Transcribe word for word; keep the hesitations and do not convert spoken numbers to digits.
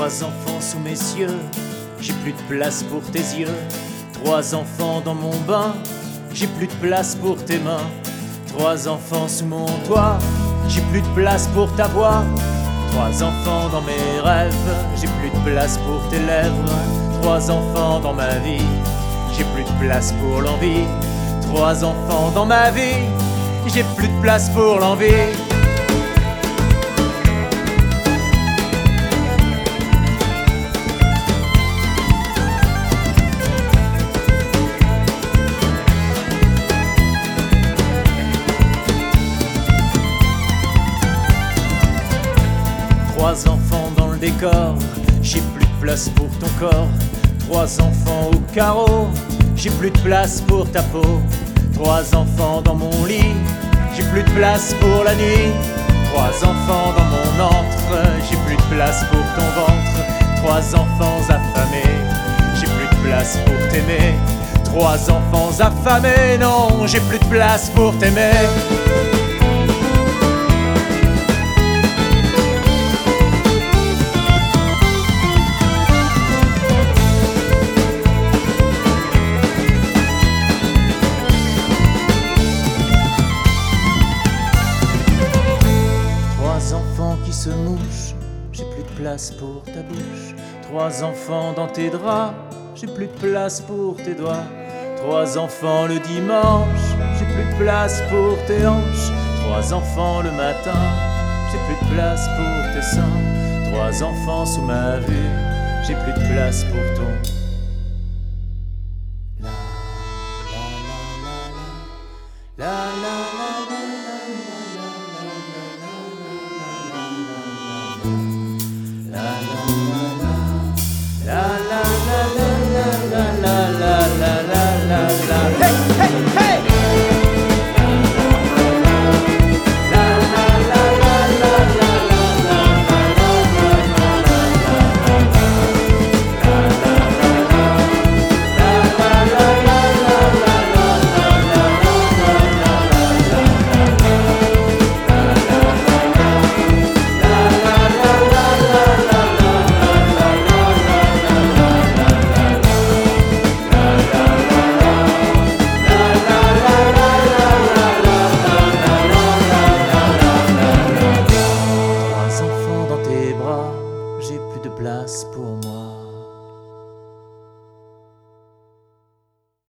Trois enfants sous mes cieux, j'ai plus de place pour tes yeux. Trois enfants dans mon bain, j'ai plus de place pour tes mains. Trois enfants sous mon toit, j'ai plus de place pour ta voix. Trois enfants dans mes rêves, j'ai plus de place pour tes lèvres. Trois enfants dans ma vie, j'ai plus de place pour l'envie. Trois enfants dans ma vie, j'ai plus de place pour l'envie. Trois enfants dans le décor, j'ai plus de place pour ton corps. Trois enfants au carreau, j'ai plus de place pour ta peau. Trois enfants dans mon lit, j'ai plus de place pour la nuit. Trois enfants dans mon antre, j'ai plus de place pour ton ventre. Trois enfants affamés, j'ai plus de place pour t'aimer. Trois enfants affamés, non, j'ai plus de place pour t'aimer. Qui se mouchent, j'ai plus de place pour ta bouche. Trois enfants dans tes draps, j'ai plus de place pour tes doigts. Trois enfants le dimanche, j'ai plus de place pour tes hanches. Trois enfants le matin, j'ai plus de place pour tes seins. Trois enfants sous ma vue, j'ai plus de place pour ton la la la la la la la. J'ai plus de place pour moi.